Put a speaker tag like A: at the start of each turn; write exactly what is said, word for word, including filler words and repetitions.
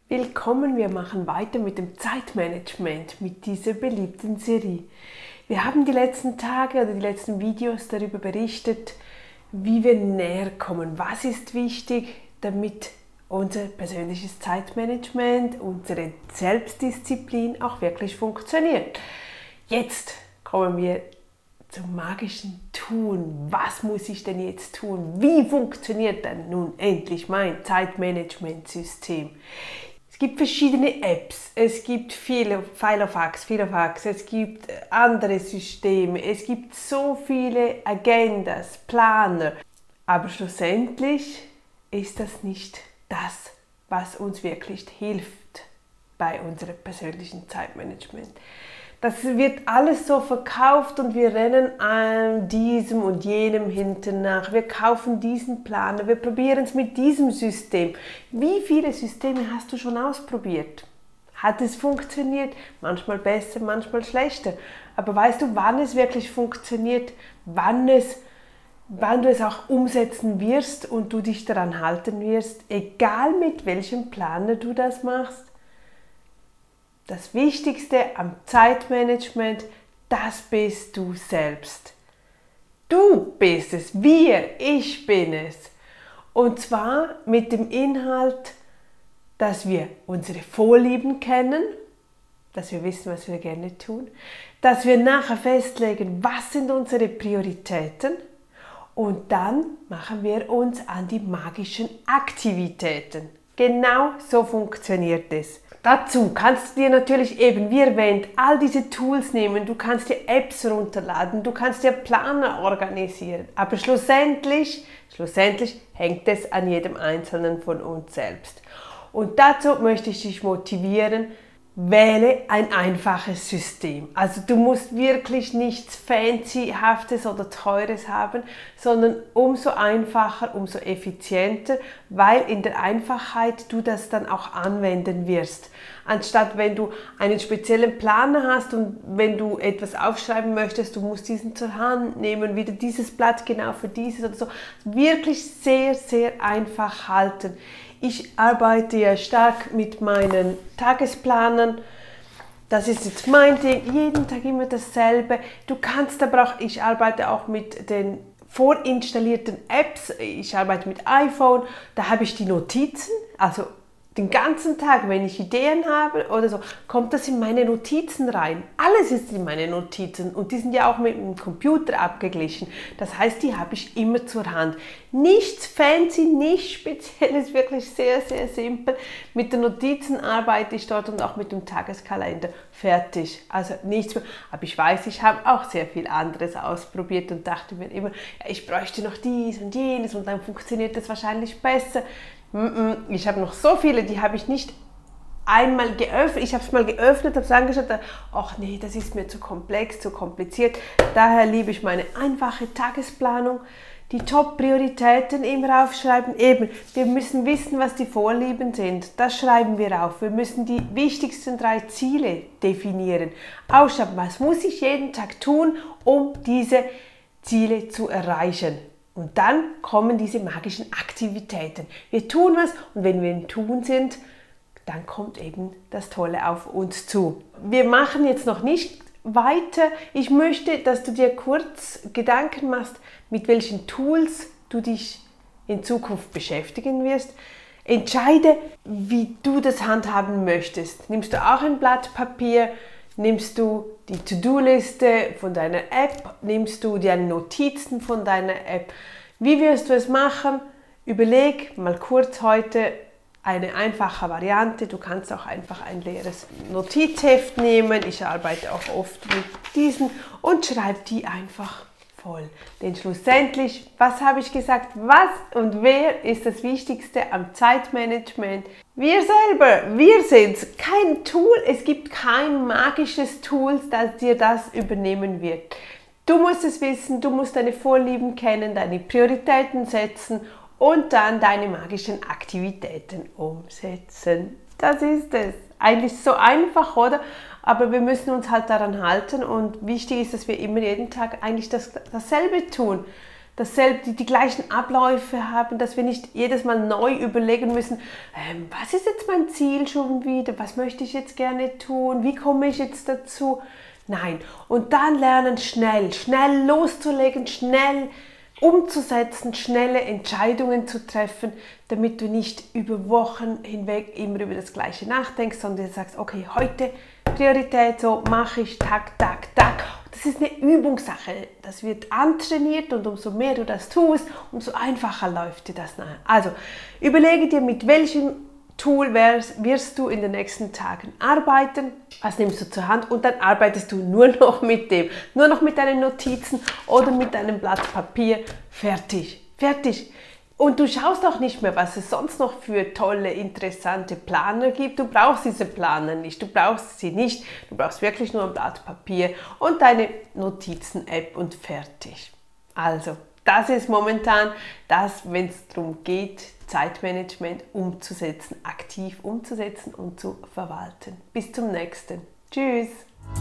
A: Willkommen, wir machen weiter mit dem Zeitmanagement, mit dieser beliebten Serie. Wir haben die letzten Tage oder die letzten Videos darüber berichtet, wie wir näher kommen. Was ist wichtig, damit unser persönliches Zeitmanagement, unsere Selbstdisziplin auch wirklich funktioniert. Jetzt kommen wir zum magischen Tun. Was muss ich denn jetzt tun? Wie funktioniert denn nun endlich mein Zeitmanagementsystem? Es gibt verschiedene Apps, es gibt viele Filofax, Filofax, es gibt andere Systeme, es gibt so viele Agendas, Planer, aber schlussendlich ist das nicht das, was uns wirklich hilft bei unserem persönlichen Zeitmanagement. Das wird alles so verkauft und wir rennen an diesem und jenem hinten nach. Wir kaufen diesen Planer, wir probieren es mit diesem System. Wie viele Systeme hast du schon ausprobiert? Hat es funktioniert? Manchmal besser, manchmal schlechter. Aber weißt du, wann es wirklich funktioniert? Wann, es, wann du es auch umsetzen wirst und du dich daran halten wirst? Egal mit welchem Planer du das machst. Das Wichtigste am Zeitmanagement, das bist du selbst. Du bist es, wir, ich bin es. Und zwar mit dem Inhalt, dass wir unsere Vorlieben kennen, dass wir wissen, was wir gerne tun, dass wir nachher festlegen, was sind unsere Prioritäten und dann machen wir uns an die magischen Aktivitäten. Genau so funktioniert es. Dazu kannst du dir natürlich eben, wie erwähnt, all diese Tools nehmen, du kannst dir Apps runterladen, du kannst dir Planer organisieren, aber schlussendlich, schlussendlich hängt es an jedem Einzelnen von uns selbst. Und dazu möchte ich dich motivieren, wähle ein einfaches System. Also du musst wirklich nichts Fancyhaftes oder Teures haben, sondern umso einfacher, umso effizienter, weil in der Einfachheit du das dann auch anwenden wirst. Anstatt wenn du einen speziellen Planer hast und wenn du etwas aufschreiben möchtest, du musst diesen zur Hand nehmen, wieder dieses Blatt genau für dieses oder so. Wirklich sehr, sehr einfach halten. Ich arbeite ja stark mit meinen Tagesplanern. Das ist jetzt mein Ding. Jeden Tag immer dasselbe. Du kannst aber auch, ich arbeite auch mit den vorinstallierten Apps. Ich arbeite mit iPhone. Da habe ich die Notizen. Also den ganzen Tag, wenn ich Ideen habe oder so, kommt das in meine Notizen rein. Alles ist in meine Notizen und die sind ja auch mit dem Computer abgeglichen. Das heißt, die habe ich immer zur Hand. Nichts fancy, nichts Spezielles, wirklich sehr, sehr simpel. Mit den Notizen arbeite ich dort und auch mit dem Tageskalender. Fertig. Also nichts mehr. Aber ich weiß, ich habe auch sehr viel anderes ausprobiert und dachte mir immer, ja, ich bräuchte noch dies und jenes und dann funktioniert das wahrscheinlich besser. Ich habe noch so viele, die habe ich nicht einmal geöffnet. Ich habe es mal geöffnet, habe es angeschaut, ach nee, das ist mir zu komplex, zu kompliziert. Daher liebe ich meine einfache Tagesplanung. Die Top-Prioritäten immer aufschreiben. Eben, wir müssen wissen, was die Vorlieben sind. Das schreiben wir auf. Wir müssen die wichtigsten drei Ziele definieren. Ausschreiben, was muss ich jeden Tag tun, um diese Ziele zu erreichen. Und dann kommen diese magischen Aktivitäten. Wir tun was und wenn wir im Tun sind, dann kommt eben das Tolle auf uns zu. Wir machen jetzt noch nicht weiter. Ich möchte, dass du dir kurz Gedanken machst, mit welchen Tools du dich in Zukunft beschäftigen wirst. Entscheide, wie du das handhaben möchtest. Nimmst du auch ein Blatt Papier? Nimmst du die To-Do-Liste von deiner App? Nimmst du die Notizen von deiner App? Wie wirst du es machen? Überleg mal kurz heute eine einfache Variante. Du kannst auch einfach ein leeres Notizheft nehmen. Ich arbeite auch oft mit diesen und schreib die einfach voll. Denn schlussendlich, was habe ich gesagt? Was und wer ist das Wichtigste am Zeitmanagement? Wir selber, wir sind es. Kein Tool, es gibt kein magisches Tool, das dir das übernehmen wird. Du musst es wissen, du musst deine Vorlieben kennen, deine Prioritäten setzen und dann deine magischen Aktivitäten umsetzen. Das ist es. Eigentlich so einfach, oder? Aber wir müssen uns halt daran halten und wichtig ist, dass wir immer jeden Tag eigentlich das, dasselbe tun. dasselbe, die, die gleichen Abläufe haben, dass wir nicht jedes Mal neu überlegen müssen, ähm, was ist jetzt mein Ziel schon wieder, was möchte ich jetzt gerne tun, wie komme ich jetzt dazu? Nein, und dann lernen schnell, schnell loszulegen, schnell umzusetzen, schnelle Entscheidungen zu treffen, damit du nicht über Wochen hinweg immer über das Gleiche nachdenkst, sondern du sagst, okay, heute Priorität, so mache ich, tak, tak, tak. Das ist eine Übungssache, das wird antrainiert und umso mehr du das tust, umso einfacher läuft dir das nachher. Also überlege dir, mit welchem Tool wirst du in den nächsten Tagen arbeiten, was nimmst du zur Hand und dann arbeitest du nur noch mit dem, nur noch mit deinen Notizen oder mit deinem Blatt Papier, fertig, fertig. Und du schaust auch nicht mehr, was es sonst noch für tolle, interessante Planer gibt. Du brauchst diese Planer nicht, du brauchst sie nicht, du brauchst wirklich nur ein Blatt Papier und deine Notizen-App und fertig. Also, das ist momentan das, wenn es darum geht, Zeitmanagement umzusetzen, aktiv umzusetzen und zu verwalten. Bis zum nächsten. Tschüss!